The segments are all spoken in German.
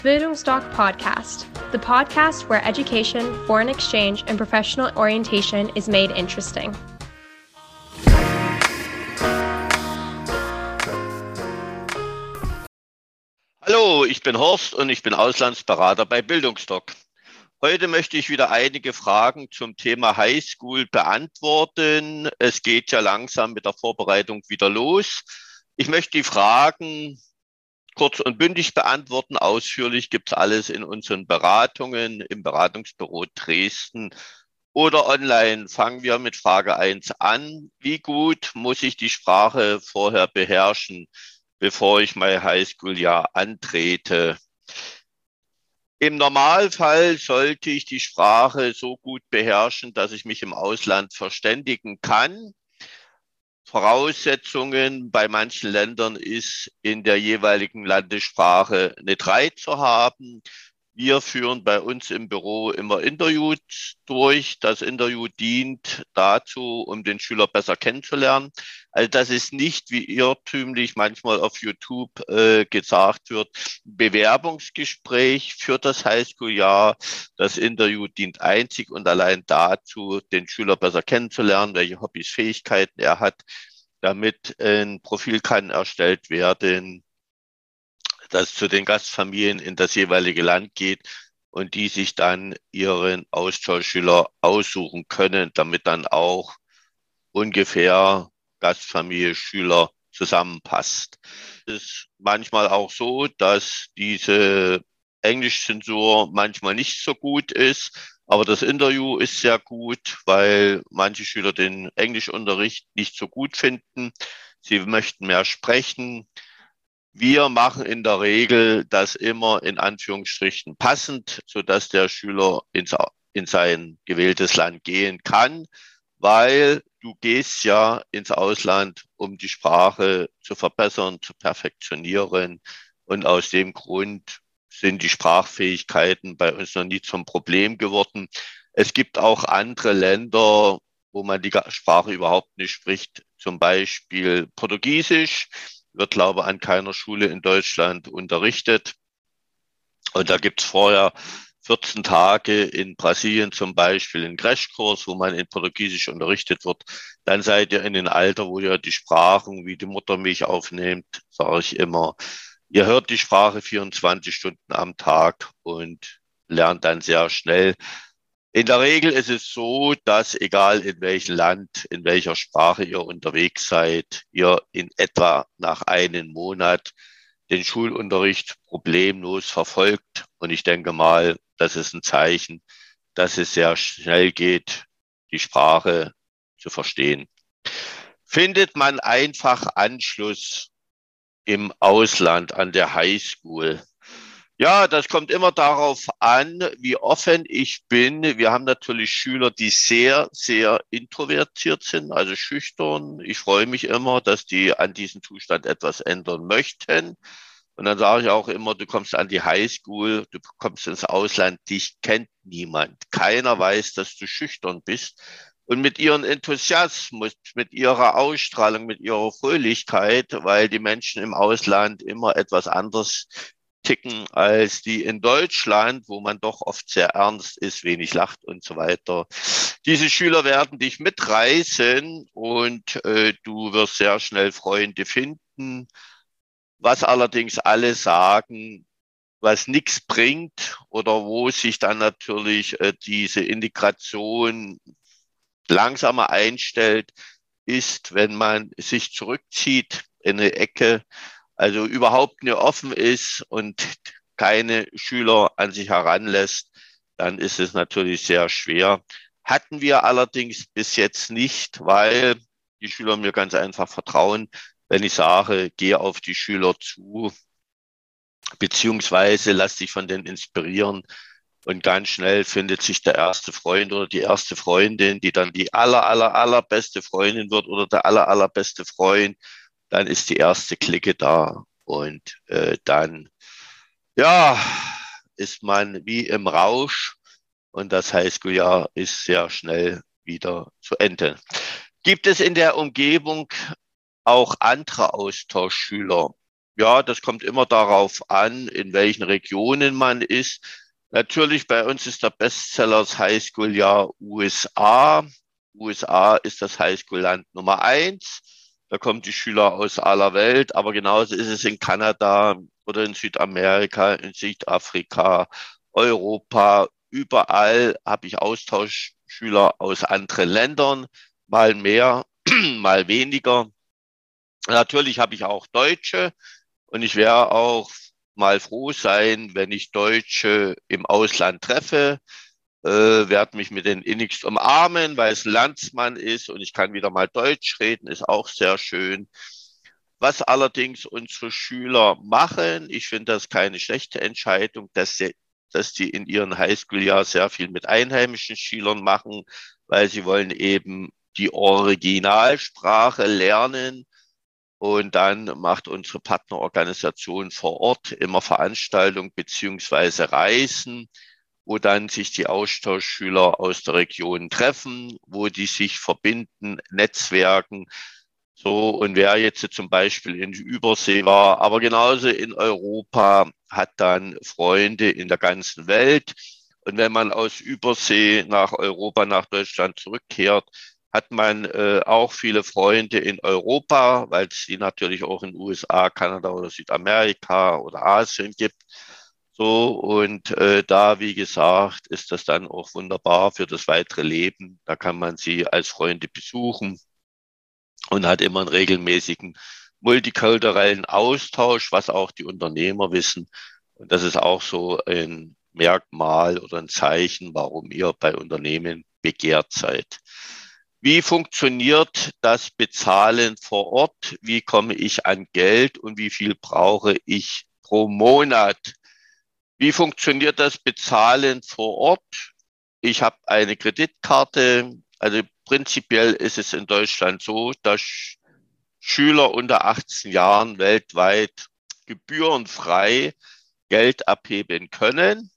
Bildungsdoc Podcast, the podcast where education, foreign exchange, and professional orientation is made interesting. Hallo, ich bin Horst und ich bin Auslandsberater bei Bildungsdoc. Heute möchte ich wieder einige Fragen zum Thema Highschool beantworten. Es geht ja langsam mit der Vorbereitung wieder los. Ich möchte die Fragen kurz und bündig beantworten. Ausführlich gibt es alles in unseren Beratungen im Beratungsbüro Dresden oder online. Fangen wir mit Frage 1 an. Wie gut muss ich die Sprache vorher beherrschen, bevor ich mein Highschool-Jahr antrete? Im Normalfall sollte ich die Sprache so gut beherrschen, dass ich mich im Ausland verständigen kann. Voraussetzungen bei manchen Ländern ist, in der jeweiligen Landessprache eine 3 zu haben. Wir führen bei uns im Büro immer Interviews durch. Das Interview dient dazu, um den Schüler besser kennenzulernen. Also das ist nicht, wie irrtümlich manchmal auf YouTube gesagt wird, Bewerbungsgespräch für das Highschool-Jahr. Das Interview dient einzig und allein dazu, den Schüler besser kennenzulernen, welche Hobbys, Fähigkeiten er hat, damit ein Profil kann erstellt werden, das zu den Gastfamilien in das jeweilige Land geht und die sich dann ihren Austauschschüler aussuchen können, damit dann auch ungefähr Gastfamilie, Schüler zusammenpasst. Es ist manchmal auch so, dass diese Englischzensur manchmal nicht so gut ist, aber das Interview ist sehr gut, weil manche Schüler den Englischunterricht nicht so gut finden. Sie möchten mehr sprechen. Wir machen in der Regel das immer in Anführungsstrichen passend, sodass der Schüler in sein gewähltes Land gehen kann, weil du gehst ja ins Ausland, um die Sprache zu verbessern, zu perfektionieren. Und aus dem Grund sind die Sprachfähigkeiten bei uns noch nie zum Problem geworden. Es gibt auch andere Länder, wo man die Sprache überhaupt nicht spricht, zum Beispiel Portugiesisch. Wird, glaube ich, an keiner Schule in Deutschland unterrichtet. Und da gibt's vorher 14 Tage in Brasilien zum Beispiel einen Crashkurs, wo man in Portugiesisch unterrichtet wird. Dann seid ihr in dem Alter, wo ihr die Sprachen wie die Muttermilch aufnehmt, sage ich immer. Ihr hört die Sprache 24 Stunden am Tag und lernt dann sehr schnell. In der Regel ist es so, dass egal in welchem Land, in welcher Sprache ihr unterwegs seid, ihr in etwa nach einem Monat den Schulunterricht problemlos verfolgt. Und ich denke mal, das ist ein Zeichen, dass es sehr schnell geht, die Sprache zu verstehen. Findet man einfach Anschluss im Ausland an der Highschool? Ja, das kommt immer darauf an, wie offen ich bin. Wir haben natürlich Schüler, die sehr, sehr introvertiert sind, also schüchtern. Ich freue mich immer, dass die an diesem Zustand etwas ändern möchten. Und dann sage ich auch immer, du kommst an die Highschool, du kommst ins Ausland, dich kennt niemand. Keiner weiß, dass du schüchtern bist. Und mit ihrem Enthusiasmus, mit ihrer Ausstrahlung, mit ihrer Fröhlichkeit, weil die Menschen im Ausland immer etwas anderes ticken als die in Deutschland, wo man doch oft sehr ernst ist, wenig lacht und so weiter. Diese Schüler werden dich mitreißen und du wirst sehr schnell Freunde finden. Was allerdings alle sagen, was nichts bringt oder wo sich dann natürlich diese Integration langsamer einstellt, ist, wenn man sich zurückzieht in eine Ecke, also überhaupt nicht offen ist und keine Schüler an sich heranlässt, dann ist es natürlich sehr schwer. Hatten wir allerdings bis jetzt nicht, weil die Schüler mir ganz einfach vertrauen, wenn ich sage, gehe auf die Schüler zu, beziehungsweise lass dich von denen inspirieren. Und ganz schnell findet sich der erste Freund oder die erste Freundin, die dann die allerbeste Freundin wird oder der allerbeste Freund. Dann ist die erste Clique da und dann, ja, ist man wie im Rausch und das Highschool-Jahr ist sehr schnell wieder zu Ende. Gibt es in der Umgebung auch andere Austauschschüler? Ja, das kommt immer darauf an, in welchen Regionen man ist. Natürlich, bei uns ist der Bestseller das Highschool-Jahr USA. USA ist das Highschool-Land Nummer eins. Da kommen die Schüler aus aller Welt, aber genauso ist es in Kanada oder in Südamerika, in Südafrika, Europa. Überall habe ich Austauschschüler aus anderen Ländern, mal mehr, mal weniger. Natürlich habe ich auch Deutsche und ich werde auch mal froh sein, wenn ich Deutsche im Ausland treffe, werde mich mit denen innigst umarmen, weil es ein Landsmann ist und ich kann wieder mal Deutsch reden, ist auch sehr schön. Was allerdings unsere Schüler machen, ich finde das keine schlechte Entscheidung, dass die in ihrem Highschool-Jahr sehr viel mit einheimischen Schülern machen, weil sie wollen eben die Originalsprache lernen. Und dann macht unsere Partnerorganisation vor Ort immer Veranstaltungen beziehungsweise Reisen, wo dann sich die Austauschschüler aus der Region treffen, wo die sich verbinden, netzwerken. So, und wer jetzt zum Beispiel in Übersee war, aber genauso in Europa, hat dann Freunde in der ganzen Welt. Und wenn man aus Übersee nach Europa, nach Deutschland zurückkehrt, hat man auch viele Freunde in Europa, weil es die natürlich auch in USA, Kanada oder Südamerika oder Asien gibt. So, und da, wie gesagt, ist das dann auch wunderbar für das weitere Leben. Da kann man sie als Freunde besuchen und hat immer einen regelmäßigen multikulturellen Austausch, was auch die Unternehmer wissen. Und das ist auch so ein Merkmal oder ein Zeichen, warum ihr bei Unternehmen begehrt seid. Wie funktioniert das Bezahlen vor Ort? Wie komme ich an Geld und wie viel brauche ich pro Monat? Wie funktioniert das Bezahlen vor Ort? Ich habe eine Kreditkarte. Also prinzipiell ist es in Deutschland so, dass Schüler unter 18 Jahren weltweit gebührenfrei Geld abheben können.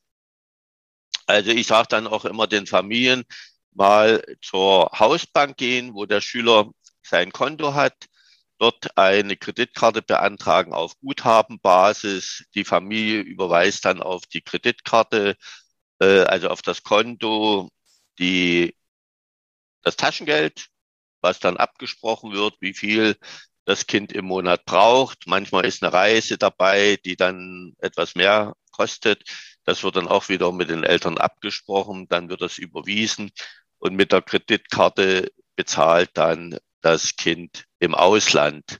Also ich sage dann auch immer den Familien, mal zur Hausbank gehen, wo der Schüler sein Konto hat, dort eine Kreditkarte beantragen auf Guthabenbasis. Die Familie überweist dann auf die Kreditkarte, also auf das Konto, die, das Taschengeld, was dann abgesprochen wird, wie viel das Kind im Monat braucht. Manchmal ist eine Reise dabei, die dann etwas mehr kostet. Das wird dann auch wieder mit den Eltern abgesprochen. Dann wird das überwiesen und mit der Kreditkarte bezahlt dann das Kind im Ausland.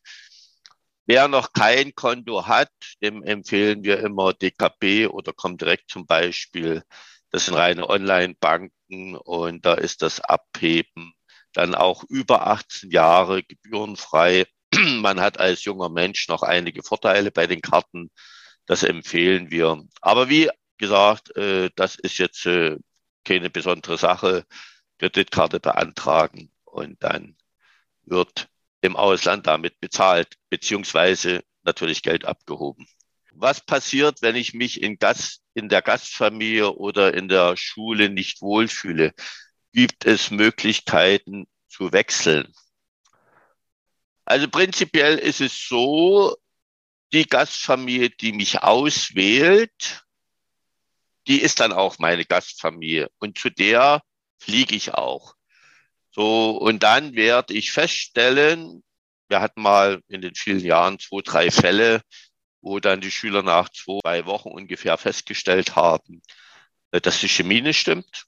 Wer noch kein Konto hat, dem empfehlen wir immer DKB oder Comdirect zum Beispiel. Das sind reine Online-Banken und da ist das Abheben dann auch über 18 Jahre gebührenfrei. Man hat als junger Mensch noch einige Vorteile bei den Karten. Das empfehlen wir. Aber wie gesagt, das ist jetzt keine besondere Sache. Kreditkarte beantragen und dann wird im Ausland damit bezahlt, beziehungsweise natürlich Geld abgehoben. Was passiert, wenn ich mich in der Gastfamilie oder in der Schule nicht wohlfühle? Gibt es Möglichkeiten zu wechseln? Also prinzipiell ist es so, die Gastfamilie, die mich auswählt, die ist dann auch meine Gastfamilie und zu der fliege ich auch. So, und dann werde ich feststellen, wir hatten mal in den vielen Jahren 2, 3 Fälle, wo dann die Schüler nach 2, 3 Wochen ungefähr festgestellt haben, dass die Chemie nicht stimmt.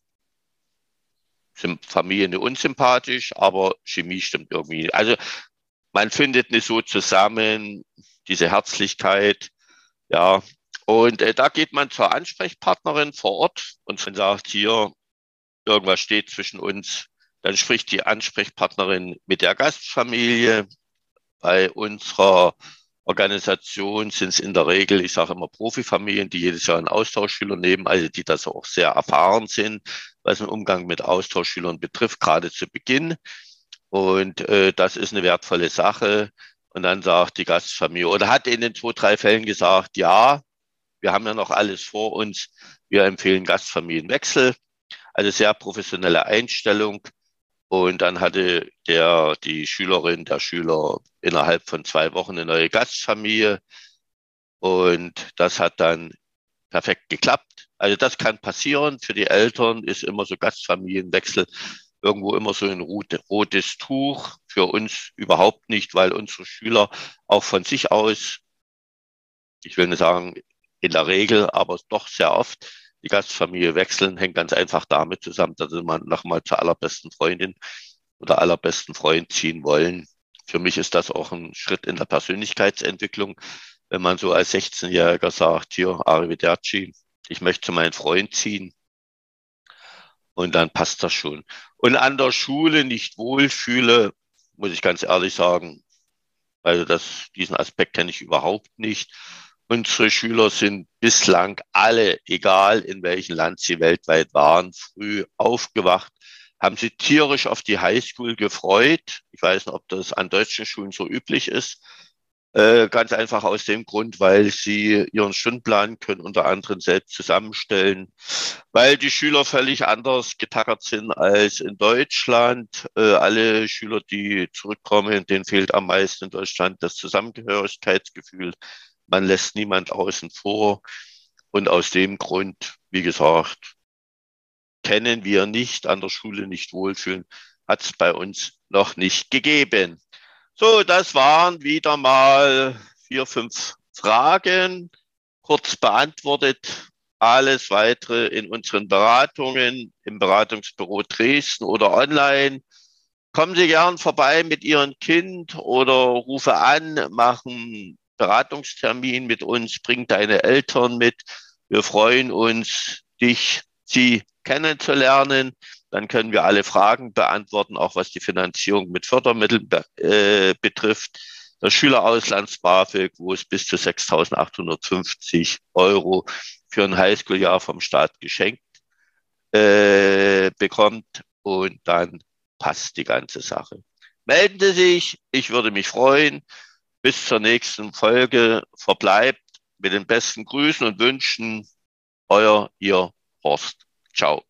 Sind Familien unsympathisch, aber Chemie stimmt irgendwie. Also man findet nicht so zusammen, diese Herzlichkeit, ja. Und da geht man zur Ansprechpartnerin vor Ort und sagt, hier, irgendwas steht zwischen uns. Dann spricht die Ansprechpartnerin mit der Gastfamilie. Bei unserer Organisation sind es in der Regel, ich sage immer Profifamilien, die jedes Jahr einen Austauschschüler nehmen, also die das auch sehr erfahren sind, was den Umgang mit Austauschschülern betrifft, gerade zu Beginn. Und das ist eine wertvolle Sache. Und dann sagt die Gastfamilie oder hat in den 2, 3 Fällen gesagt, ja, wir haben ja noch alles vor uns. Wir empfehlen Gastfamilienwechsel. Also sehr professionelle Einstellung. Und dann hatte die Schülerin, der Schüler innerhalb von 2 Wochen eine neue Gastfamilie. Und das hat dann perfekt geklappt. Also das kann passieren. Für die Eltern ist immer so Gastfamilienwechsel irgendwo immer so ein rotes Tuch. Für uns überhaupt nicht, weil unsere Schüler auch von sich aus, ich will nicht sagen in der Regel, aber doch sehr oft die Gastfamilie wechseln, hängt ganz einfach damit zusammen, dass sie man nochmal zur allerbesten Freundin oder allerbesten Freund ziehen wollen. Für mich ist das auch ein Schritt in der Persönlichkeitsentwicklung, wenn man so als 16-Jähriger sagt, hier, Arrivederci, ich möchte meinen Freund ziehen und dann passt das schon. Und an der Schule nicht wohlfühle, muss ich ganz ehrlich sagen, also diesen Aspekt kenne ich überhaupt nicht. Unsere Schüler sind bislang alle, egal in welchem Land sie weltweit waren, früh aufgewacht, haben sich tierisch auf die Highschool gefreut. Ich weiß nicht, ob das an deutschen Schulen so üblich ist. Ganz einfach aus dem Grund, weil sie ihren Stundenplan können unter anderem selbst zusammenstellen, weil die Schüler völlig anders getackert sind als in Deutschland. Alle Schüler, die zurückkommen, denen fehlt am meisten in Deutschland das Zusammengehörigkeitsgefühl. Man lässt niemand außen vor. Und aus dem Grund, wie gesagt, kennen wir nicht, an der Schule nicht wohlfühlen, hat es bei uns noch nicht gegeben. So, das waren wieder mal 4, 5 Fragen, kurz beantwortet. Alles weitere in unseren Beratungen im Beratungsbüro Dresden oder online. Kommen Sie gern vorbei mit Ihrem Kind oder rufe an, machen Beratungstermin mit uns, bring deine Eltern mit. Wir freuen uns, Sie kennenzulernen. Dann können wir alle Fragen beantworten, auch was die Finanzierung mit Fördermitteln betrifft. Das Schülerauslands-BAföG, wo es bis zu 6.850 € für ein Highschool-Jahr vom Staat geschenkt bekommt. Und dann passt die ganze Sache. Melden Sie sich, ich würde mich freuen. Bis zur nächsten Folge. Verbleibt mit den besten Grüßen und Wünschen. Ihr Horst. Ciao.